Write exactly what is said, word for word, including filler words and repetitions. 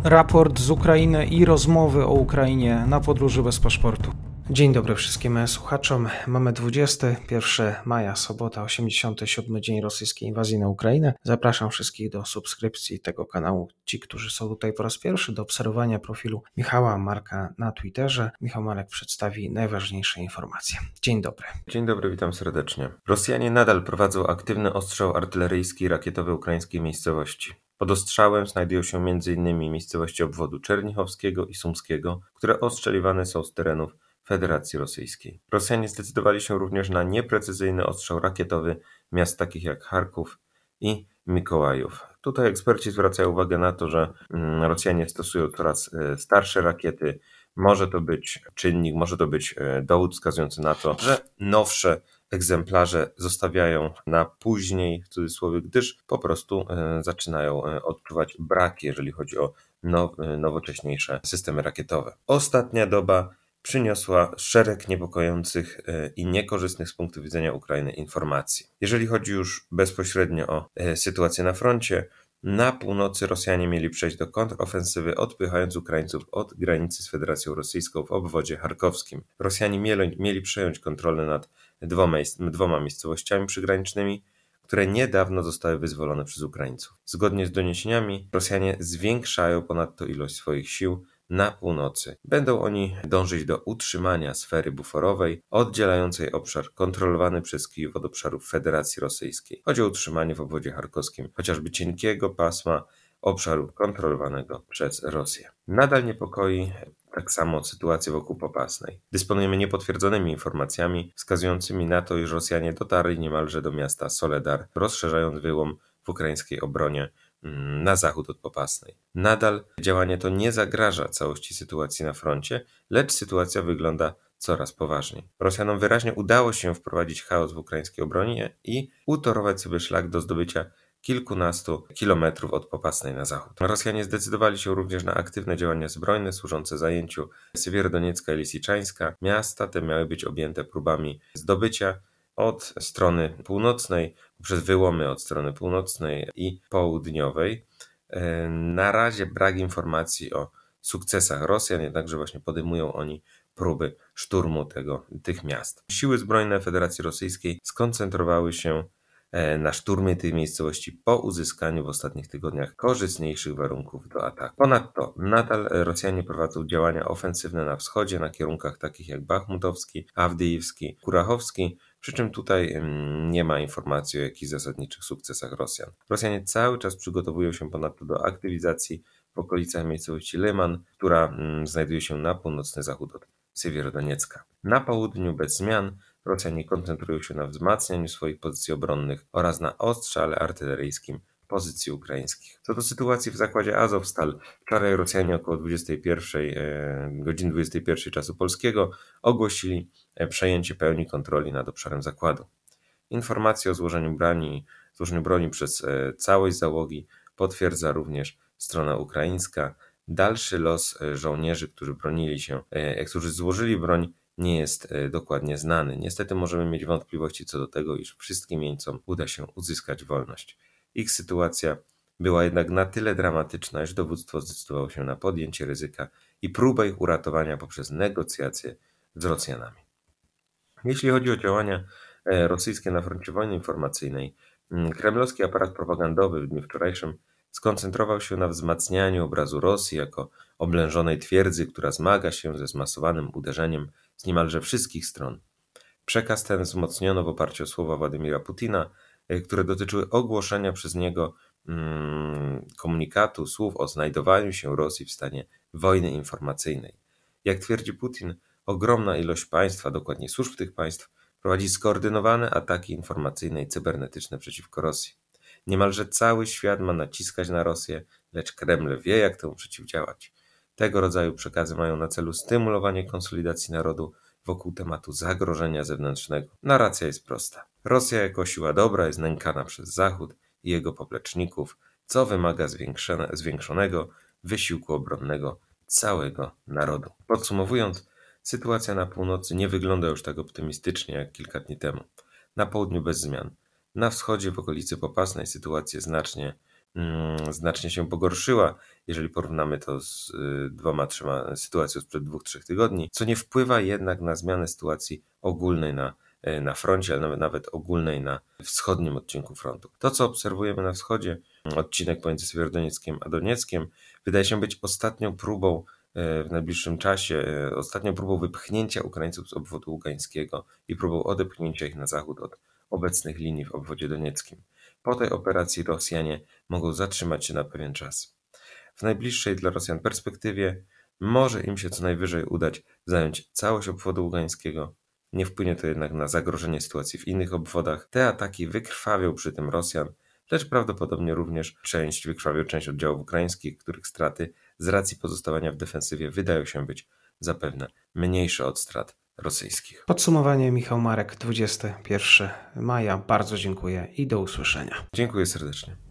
Raport z Ukrainy i rozmowy o Ukrainie na podróży bez paszportu. Dzień dobry wszystkim słuchaczom. Mamy dwudziestego pierwszego maja, sobota, osiemdziesiąty siódmy dzień rosyjskiej inwazji na Ukrainę. Zapraszam wszystkich do subskrypcji tego kanału. Ci, którzy są tutaj po raz pierwszy, do obserwowania profilu Michała Marka na Twitterze. Michał Marek przedstawi najważniejsze informacje. Dzień dobry. Dzień dobry, witam serdecznie. Rosjanie nadal prowadzą aktywny ostrzał artyleryjski i rakietowy ukraińskiej miejscowości. Pod ostrzałem znajdują się między innymi miejscowości obwodu czernichowskiego i sumskiego, które ostrzeliwane są z terenów Federacji Rosyjskiej. Rosjanie zdecydowali się również na nieprecyzyjny ostrzał rakietowy miast takich jak Charków i Mikołajów. Tutaj eksperci zwracają uwagę na to, że Rosjanie stosują coraz starsze rakiety. Może to być czynnik, może to być dowód wskazujący na to, że nowsze egzemplarze zostawiają na później, w cudzysłowie, gdyż po prostu zaczynają odczuwać brak, jeżeli chodzi o now, nowocześniejsze systemy rakietowe. Ostatnia doba przyniosła szereg niepokojących i niekorzystnych z punktu widzenia Ukrainy informacji. Jeżeli chodzi już bezpośrednio o sytuację na froncie, na północy Rosjanie mieli przejść do kontrofensywy, odpychając Ukraińców od granicy z Federacją Rosyjską w obwodzie charkowskim. Rosjanie mieli, mieli przejąć kontrolę nad dwoma, dwoma miejscowościami przygranicznymi, które niedawno zostały wyzwolone przez Ukraińców. Zgodnie z doniesieniami Rosjanie zwiększają ponadto ilość swoich sił na północy. Będą oni dążyć do utrzymania sfery buforowej oddzielającej obszar kontrolowany przez Kijów od obszarów Federacji Rosyjskiej. Chodzi o utrzymanie w obwodzie charkowskim chociażby cienkiego pasma obszaru kontrolowanego przez Rosję. Nadal niepokoi tak samo sytuacja wokół Popasnej. Dysponujemy niepotwierdzonymi informacjami wskazującymi na to, iż Rosjanie dotarli niemalże do miasta Soledar, rozszerzając wyłom w ukraińskiej obronie na zachód od Popasnej. Nadal działanie to nie zagraża całości sytuacji na froncie, lecz sytuacja wygląda coraz poważniej. Rosjanom wyraźnie udało się wprowadzić chaos w ukraińskiej obronie i utorować sobie szlak do zdobycia kilkunastu kilometrów od Popasnej na zachód. Rosjanie zdecydowali się również na aktywne działania zbrojne służące zajęciu Siewierodoniecka i Lisiczańska. Miasta te miały być objęte próbami zdobycia od strony północnej, przez wyłomy od strony północnej i południowej. Na razie brak informacji o sukcesach Rosjan, jednakże właśnie podejmują oni próby szturmu tego, tych miast. Siły zbrojne Federacji Rosyjskiej skoncentrowały się na szturmie tych miejscowości po uzyskaniu w ostatnich tygodniach korzystniejszych warunków do ataku. Ponadto nadal Rosjanie prowadzą działania ofensywne na wschodzie na kierunkach takich jak Bachmutowski, Awdyjewski, Kurachowski, przy czym tutaj nie ma informacji o jakichś zasadniczych sukcesach Rosjan. Rosjanie cały czas przygotowują się ponadto do aktywizacji w okolicach miejscowości Lyman, która znajduje się na północny zachód od Siewierodoniecka. Na południu bez zmian Rosjanie koncentrują się na wzmacnianiu swoich pozycji obronnych oraz na ostrzale artyleryjskim pozycji ukraińskich. Co do sytuacji w zakładzie Azowstal, wczoraj Rosjanie około dwudziestej pierwszej, godziny dwudziestej pierwszej czasu polskiego ogłosili przejęcie pełni kontroli nad obszarem zakładu. Informacje o złożeniu broni, złożeniu broni przez całość załogi potwierdza również strona ukraińska. Dalszy los żołnierzy, którzy bronili się, którzy złożyli broń, nie jest dokładnie znany. Niestety możemy mieć wątpliwości co do tego, iż wszystkim jeńcom uda się uzyskać wolność. Ich sytuacja była jednak na tyle dramatyczna, że dowództwo zdecydowało się na podjęcie ryzyka i próbę ich uratowania poprzez negocjacje z Rosjanami. Jeśli chodzi o działania rosyjskie na froncie wojny informacyjnej, kremlowski aparat propagandowy w dniu wczorajszym skoncentrował się na wzmacnianiu obrazu Rosji jako oblężonej twierdzy, która zmaga się ze zmasowanym uderzeniem z niemalże wszystkich stron. Przekaz ten wzmocniono w oparciu o słowa Władimira Putina, które dotyczyły ogłoszenia przez niego mm, komunikatu, słów o znajdowaniu się Rosji w stanie wojny informacyjnej. Jak twierdzi Putin, ogromna ilość państw, a dokładnie służb tych państw, prowadzi skoordynowane ataki informacyjne i cybernetyczne przeciwko Rosji. Niemalże cały świat ma naciskać na Rosję, lecz Kreml wie, jak temu przeciwdziałać. Tego rodzaju przekazy mają na celu stymulowanie konsolidacji narodu wokół tematu zagrożenia zewnętrznego. Narracja jest prosta. Rosja jako siła dobra jest nękana przez Zachód i jego popleczników, co wymaga zwiększonego wysiłku obronnego całego narodu. Podsumowując, sytuacja na północy nie wygląda już tak optymistycznie jak kilka dni temu. Na południu bez zmian. Na wschodzie w okolicy Popasnej sytuację znacznie znacznie się pogorszyła, jeżeli porównamy to z dwoma, trzema sytuacją sprzed dwóch, trzech tygodni, co nie wpływa jednak na zmianę sytuacji ogólnej na, na froncie, ale nawet, nawet ogólnej na wschodnim odcinku frontu. To, co obserwujemy na wschodzie, odcinek pomiędzy Siewierodonieckiem a Donieckiem, wydaje się być ostatnią próbą w najbliższym czasie, ostatnią próbą wypchnięcia Ukraińców z obwodu ługańskiego i próbą odepchnięcia ich na zachód od obecnych linii w obwodzie donieckim. Po tej operacji Rosjanie mogą zatrzymać się na pewien czas. W najbliższej dla Rosjan perspektywie może im się co najwyżej udać zająć całość obwodu ługańskiego. Nie wpłynie to jednak na zagrożenie sytuacji w innych obwodach. Te ataki wykrwawią przy tym Rosjan, lecz prawdopodobnie również część wykrwawią część oddziałów ukraińskich, których straty z racji pozostawania w defensywie wydają się być zapewne mniejsze od strat rosyjskich. Podsumowanie: Michał Marek, dwudziestego pierwszego maja. Bardzo dziękuję i do usłyszenia. Dziękuję serdecznie.